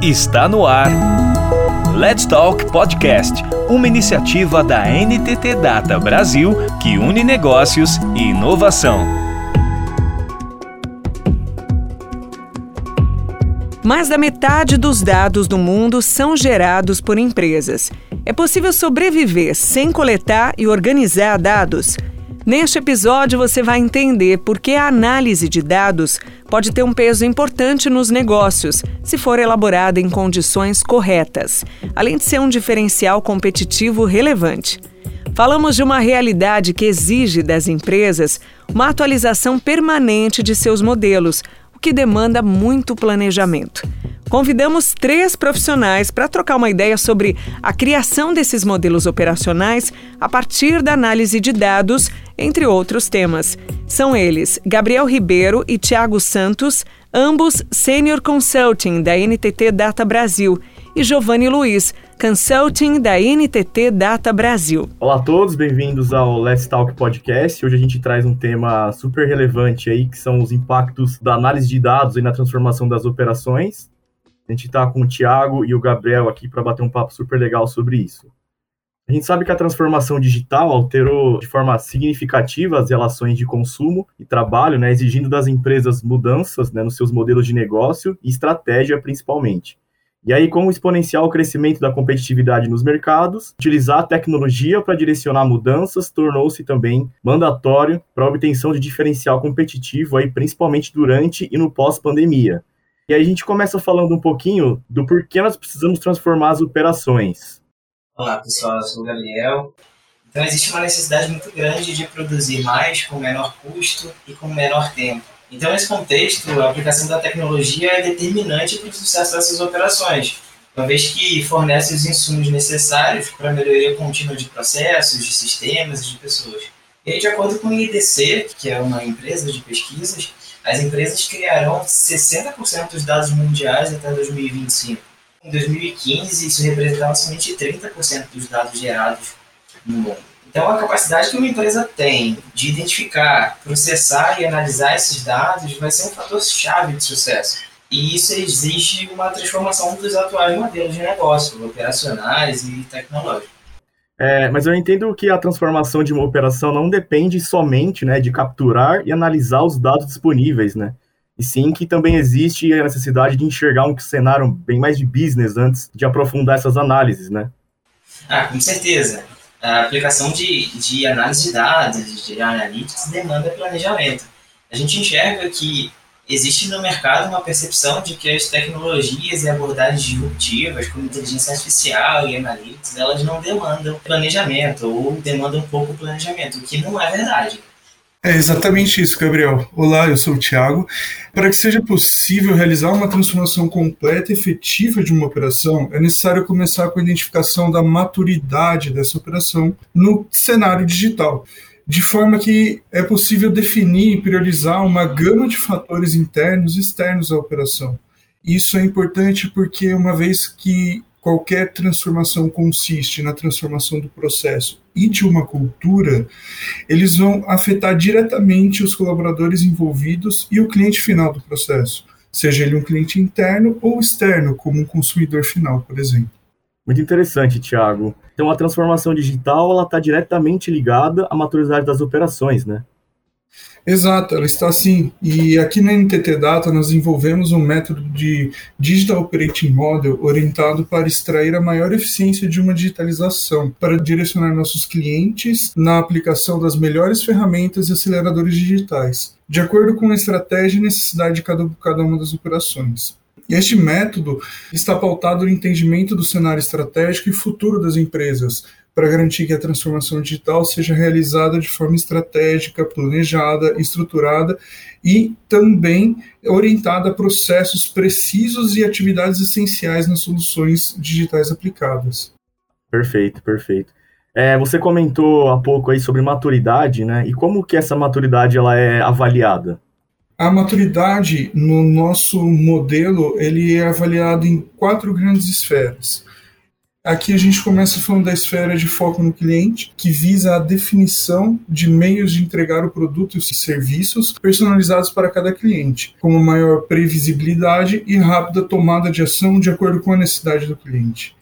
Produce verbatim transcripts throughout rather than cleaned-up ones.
Está no ar. Let's Talk Podcast, uma iniciativa da N T T Data Brasil que une negócios e inovação. Mais da metade dos dados do mundo são gerados por empresas. É possível sobreviver sem coletar e organizar dados? Neste episódio você vai entender por que a análise de dados pode ter um peso importante nos negócios, se for elaborada em condições corretas, além de ser um diferencial competitivo relevante. Falamos de uma realidade que exige das empresas uma atualização permanente de seus modelos, o que demanda muito planejamento. Convidamos três profissionais para trocar uma ideia sobre a criação desses modelos operacionais a partir da análise de dados, entre outros temas. São eles Gabriel Ribeiro e Thiago Santos, ambos Senior Consulting da N T T Data Brasil, e Giovanni Luiz, Consulting da N T T Data Brasil. Olá a todos, bem-vindos ao Let's Talk Podcast. Hoje a gente traz um tema super relevante aí, que são os impactos da análise de dados e na transformação das operações. A gente está com o Thiago e o Gabriel aqui para bater um papo super legal sobre isso. A gente sabe que a transformação digital alterou de forma significativa as relações de consumo e trabalho, né, exigindo das empresas mudanças, né, nos seus modelos de negócio e estratégia principalmente. E aí, com o exponencial crescimento da competitividade nos mercados, utilizar a tecnologia para direcionar mudanças tornou-se também mandatório para a obtenção de diferencial competitivo, aí, principalmente durante e no pós-pandemia. E aí a gente começa falando um pouquinho do porquê nós precisamos transformar as operações. Olá pessoal, eu sou o Gabriel. Então existe uma necessidade muito grande de produzir mais com menor custo e com menor tempo. Então nesse contexto, a aplicação da tecnologia é determinante para o sucesso dessas operações, uma vez que fornece os insumos necessários para a melhoria contínua de processos, de sistemas e de pessoas. E aí, de acordo com o I D C, que é uma empresa de pesquisas, as empresas criarão sessenta por cento dos dados mundiais até dois mil e vinte e cinco. Em dois mil e quinze, isso representava somente trinta por cento dos dados gerados no mundo. Então, a capacidade que uma empresa tem de identificar, processar e analisar esses dados vai ser um fator-chave de sucesso. E isso exige uma transformação dos atuais modelos de negócio, operacionais e tecnológicos. É, mas eu entendo que a transformação de uma operação não depende somente, né, de capturar e analisar os dados disponíveis, né? E sim que também existe a necessidade de enxergar um cenário bem mais de business antes de aprofundar essas análises, né? Ah, com certeza. A aplicação de, de análise de dados, de analytics, demanda planejamento. A gente enxerga que existe no mercado uma percepção de que as tecnologias e abordagens disruptivas, como inteligência artificial e analytics, elas não demandam planejamento ou demandam pouco planejamento, o que não é verdade. É exatamente isso, Gabriel. Olá, eu sou o Thiago. Para que seja possível realizar uma transformação completa e efetiva de uma operação, é necessário começar com a identificação da maturidade dessa operação no cenário digital, de forma que é possível definir e priorizar uma gama de fatores internos e externos à operação. Isso é importante porque, uma vez que qualquer transformação consiste na transformação do processo e de uma cultura, eles vão afetar diretamente os colaboradores envolvidos e o cliente final do processo, seja ele um cliente interno ou externo, como um consumidor final, por exemplo. Muito interessante, Thiago. Então, a transformação digital ela está diretamente ligada à maturidade das operações, né? Exato, ela está sim. E aqui na N T T Data nós desenvolvemos um método de Digital Operating Model orientado para extrair a maior eficiência de uma digitalização, para direcionar nossos clientes na aplicação das melhores ferramentas e aceleradores digitais, de acordo com a estratégia e necessidade de cada, cada uma das operações. E este método está pautado no entendimento do cenário estratégico e futuro das empresas, para garantir que a transformação digital seja realizada de forma estratégica, planejada, estruturada e também orientada a processos precisos e atividades essenciais nas soluções digitais aplicadas. Perfeito, perfeito. É, você comentou há pouco aí sobre maturidade, né? E como que essa maturidade ela é avaliada? A maturidade no nosso modelo ele é avaliado em quatro grandes esferas. Aqui a gente começa falando da esfera de foco no cliente, que visa a definição de meios de entregar o produto e serviços personalizados para cada cliente, com maior previsibilidade e rápida tomada de ação de acordo com a necessidade do cliente.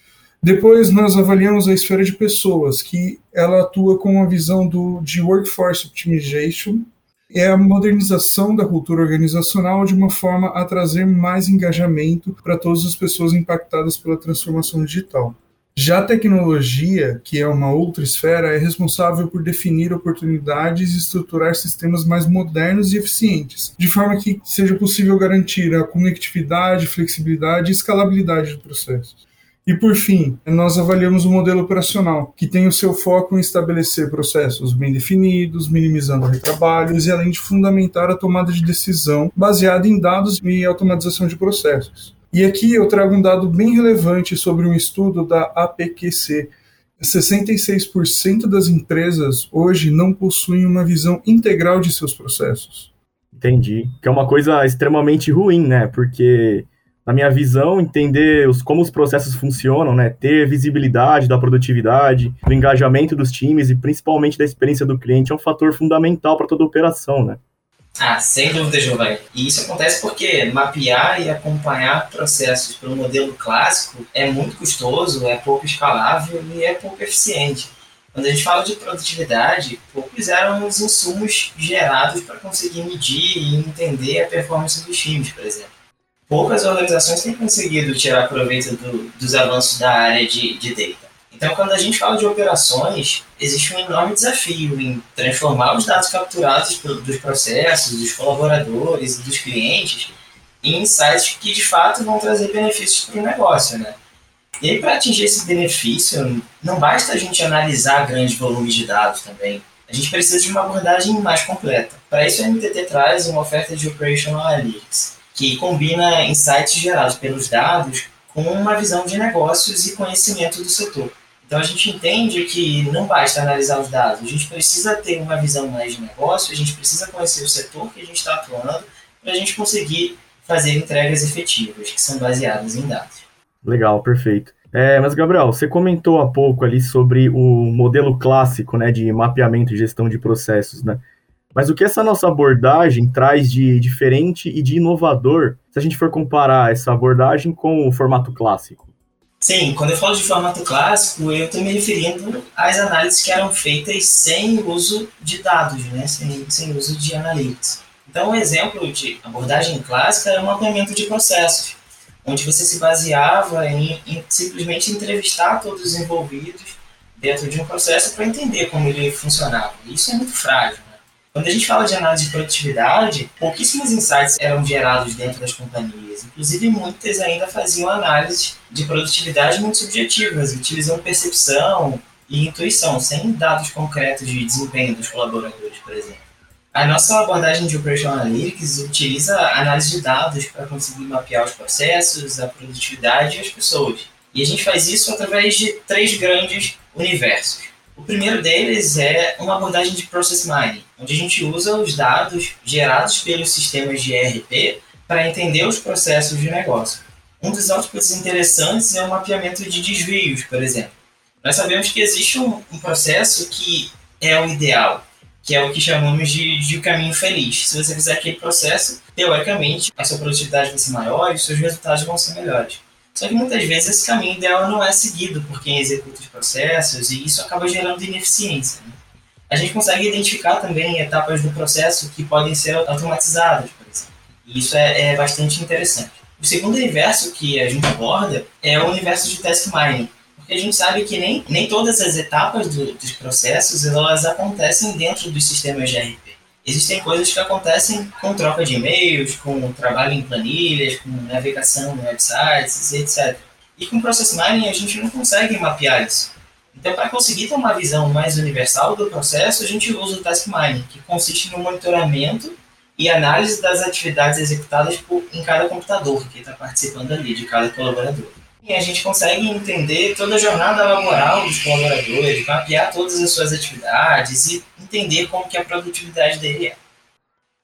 Depois nós avaliamos a esfera de pessoas, que ela atua com a visão do, de Workforce Optimization, é a modernização da cultura organizacional de uma forma a trazer mais engajamento para todas as pessoas impactadas pela transformação digital. Já a tecnologia, que é uma outra esfera, é responsável por definir oportunidades e estruturar sistemas mais modernos e eficientes, de forma que seja possível garantir a conectividade, flexibilidade e escalabilidade do processo. E, por fim, nós avaliamos o modelo operacional, que tem o seu foco em estabelecer processos bem definidos, minimizando retrabalhos e além de fundamentar a tomada de decisão baseada em dados e automatização de processos. E aqui eu trago um dado bem relevante sobre um estudo da A P Q C. sessenta e seis por cento das empresas hoje não possuem uma visão integral de seus processos. Entendi. Que é uma coisa extremamente ruim, né? Porque... na minha visão, entender os, como os processos funcionam, né? Ter visibilidade da produtividade, do engajamento dos times e principalmente da experiência do cliente é um fator fundamental para toda a operação, né? Ah, sem dúvida, Giovanni. E isso acontece porque mapear e acompanhar processos pelo modelo clássico é muito custoso, é pouco escalável e é pouco eficiente. Quando a gente fala de produtividade, poucos eram os insumos gerados para conseguir medir e entender a performance dos times, por exemplo. Poucas organizações têm conseguido tirar proveito do, dos avanços da área de, de data. Então, quando a gente fala de operações, existe um enorme desafio em transformar os dados capturados dos processos, dos colaboradores e dos clientes em insights que, de fato, vão trazer benefícios para o negócio, né? E aí, para atingir esse benefício, não basta a gente analisar grandes volumes de dados também. A gente precisa de uma abordagem mais completa. Para isso, a N T T traz uma oferta de Operational Analytics, que combina insights gerados pelos dados com uma visão de negócios e conhecimento do setor. Então, a gente entende que não basta analisar os dados, a gente precisa ter uma visão mais de negócio, a gente precisa conhecer o setor que a gente está atuando para a gente conseguir fazer entregas efetivas, que são baseadas em dados. Legal, perfeito. É, mas, Gabriel, você comentou há pouco ali sobre o modelo clássico, né, de mapeamento e gestão de processos, né? Mas o que essa nossa abordagem traz de diferente e de inovador, se a gente for comparar essa abordagem com o formato clássico? Sim, quando eu falo de formato clássico, eu estou me referindo às análises que eram feitas sem uso de dados, né? sem, sem uso de analytics. Então, um exemplo de abordagem clássica é o mapeamento de processos, onde você se baseava em, em simplesmente entrevistar todos os envolvidos dentro de um processo para entender como ele funcionava. Isso é muito frágil. Quando a gente fala de análise de produtividade, pouquíssimos insights eram gerados dentro das companhias. Inclusive, muitas ainda faziam análises de produtividade muito subjetivas, utilizando percepção e intuição, sem dados concretos de desempenho dos colaboradores, por exemplo. A nossa abordagem de Operational Analytics utiliza a análise de dados para conseguir mapear os processos, a produtividade e as pessoas. E a gente faz isso através de três grandes universos. O primeiro deles é uma abordagem de Process Mining, onde a gente usa os dados gerados pelos sistemas de E R P para entender os processos de negócio. Um dos outputs interessantes é o mapeamento de desvios, por exemplo. Nós sabemos que existe um, um processo que é o ideal, que é o que chamamos de, de caminho feliz. Se você fizer aquele processo, teoricamente, a sua produtividade vai ser maior e os seus resultados vão ser melhores. Só que muitas vezes esse caminho ideal não é seguido por quem executa os processos e isso acaba gerando ineficiência, né? A gente consegue identificar também etapas do processo que podem ser automatizadas, por exemplo. E isso é, é bastante interessante. O segundo universo que a gente aborda é o universo de Task Mining, porque a gente sabe que nem, nem todas as etapas do, dos processos elas acontecem dentro dos sistemas de E R P. Existem coisas que acontecem com troca de e-mails, com trabalho em planilhas, com navegação em websites, etcétera. E com Process Mining a gente não consegue mapear isso. Então, para conseguir ter uma visão mais universal do processo, a gente usa o Task Mining, que consiste no monitoramento e análise das atividades executadas por, em cada computador que está participando ali, de cada colaborador. E a gente consegue entender toda a jornada laboral dos colaboradores, mapear todas as suas atividades e entender como que a produtividade dele é.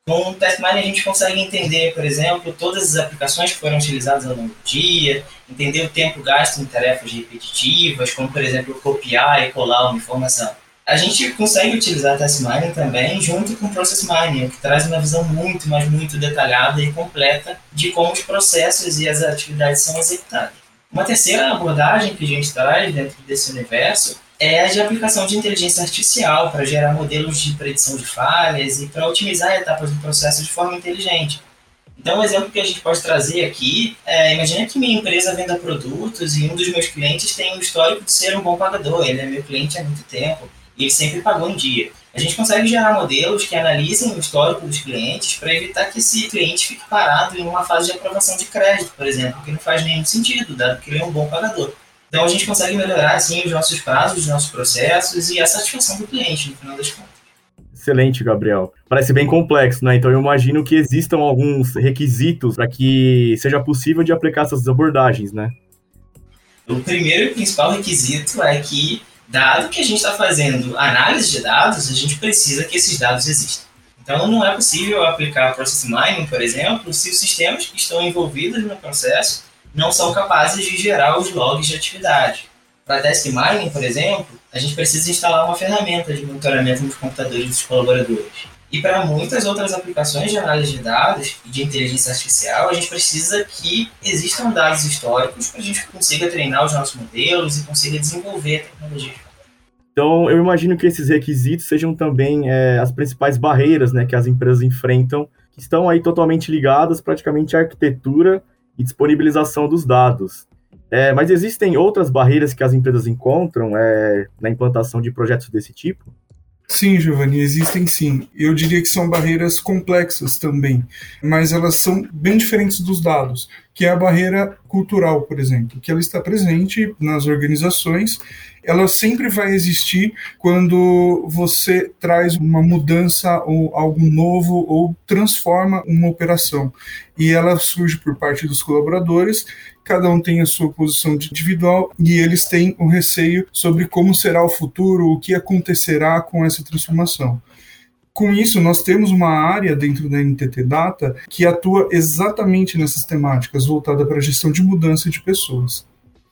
Com o Task Mining a gente consegue entender, por exemplo, todas as aplicações que foram utilizadas ao longo do dia, entender o tempo gasto em tarefas repetitivas, como, por exemplo, copiar e colar uma informação. A gente consegue utilizar Task Mining também junto com Process Mining, o que traz uma visão muito, mas muito detalhada e completa de como os processos e as atividades são executados. Uma terceira abordagem que a gente traz dentro desse universo é a de aplicação de inteligência artificial para gerar modelos de predição de falhas e para otimizar etapas do processo de forma inteligente. Então, um exemplo que a gente pode trazer aqui é, imagina que minha empresa venda produtos e um dos meus clientes tem o histórico de ser um bom pagador, ele é meu cliente há muito tempo e ele sempre pagou em dia. A gente consegue gerar modelos que analisem o histórico dos clientes para evitar que esse cliente fique parado em uma fase de aprovação de crédito, por exemplo, que não faz nenhum sentido, dado que ele é um bom pagador. Então, a gente consegue melhorar, assim, os nossos prazos, os nossos processos e a satisfação do cliente, no final das contas. Excelente, Gabriel. Parece bem complexo, né? Então, eu imagino que existam alguns requisitos para que seja possível de aplicar essas abordagens, né? O primeiro e principal requisito é que, dado que a gente está fazendo análise de dados, a gente precisa que esses dados existam. Então, não é possível aplicar Process Mining, por exemplo, se os sistemas que estão envolvidos no processo não são capazes de gerar os logs de atividade. Para Task Mining, por exemplo, a gente precisa instalar uma ferramenta de monitoramento nos computadores dos colaboradores. E para muitas outras aplicações de análise de dados e de inteligência artificial, a gente precisa que existam dados históricos para a gente consiga treinar os nossos modelos e consiga desenvolver a tecnologia. Então, eu imagino que esses requisitos sejam também é, as principais barreiras, né, que as empresas enfrentam, que estão aí totalmente ligadas praticamente à arquitetura e disponibilização dos dados. É, mas existem outras barreiras que as empresas encontram é, na implantação de projetos desse tipo? Sim, Giovanni, existem sim. Eu diria que são barreiras complexas também, mas elas são bem diferentes dos dados, que é a barreira cultural, por exemplo, que ela está presente nas organizações. Ela sempre vai existir quando você traz uma mudança ou algo novo ou transforma uma operação. E ela surge por parte dos colaboradores, cada um tem a sua posição individual e eles têm o receio sobre como será o futuro, o que acontecerá com essa transformação. Com isso, nós temos uma área dentro da N T T Data que atua exatamente nessas temáticas, voltada para a gestão de mudança de pessoas.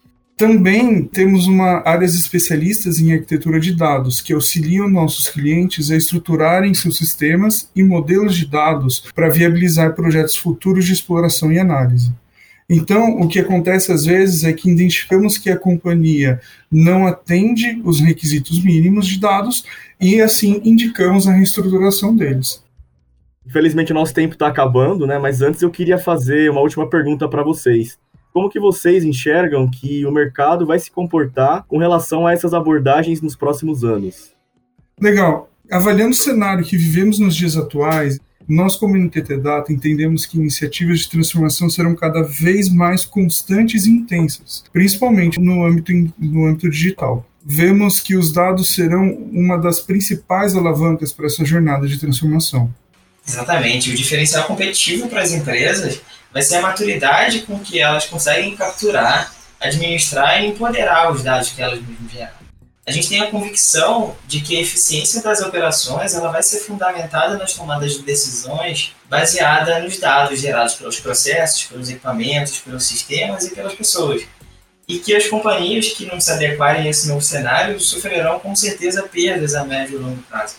Também temos uma, áreas especialistas em arquitetura de dados, que auxiliam nossos clientes a estruturarem seus sistemas e modelos de dados para viabilizar projetos futuros de exploração e análise. Então, o que acontece às vezes é que identificamos que a companhia não atende os requisitos mínimos de dados e, assim, indicamos a reestruturação deles. Infelizmente, o nosso tempo está acabando, né? Mas antes eu queria fazer uma última pergunta para vocês. Como que vocês enxergam que o mercado vai se comportar com relação a essas abordagens nos próximos anos? Legal. Avaliando o cenário que vivemos nos dias atuais, nós, como N T T Data, entendemos que iniciativas de transformação serão cada vez mais constantes e intensas, principalmente no âmbito, no âmbito digital. Vemos que os dados serão uma das principais alavancas para essa jornada de transformação. Exatamente. O diferencial competitivo para as empresas vai ser a maturidade com que elas conseguem capturar, administrar e empoderar os dados que elas mesmas geram. A gente tem a convicção de que a eficiência das operações ela vai ser fundamentada nas tomadas de decisões baseada nos dados gerados pelos processos, pelos equipamentos, pelos sistemas e pelas pessoas. E que as companhias que não se adequarem a esse novo cenário sofrerão com certeza perdas a médio e longo prazo.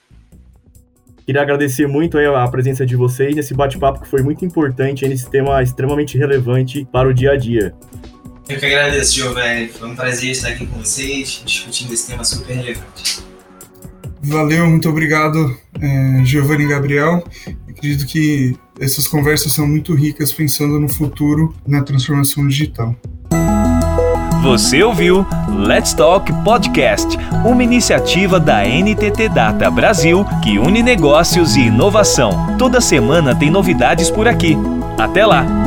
Queria agradecer muito aí a presença de vocês nesse bate-papo que foi muito importante nesse tema extremamente relevante para o dia a dia. Eu que agradeço, Giovanni. Foi um prazer estar aqui com vocês, discutindo esse tema super relevante. Valeu, muito obrigado, é, Giovanni e Gabriel. Acredito que essas conversas são muito ricas pensando no futuro, na transformação digital. Você ouviu Let's Talk Podcast, uma iniciativa da N T T Data Brasil que une negócios e inovação. Toda semana tem novidades por aqui. Até lá!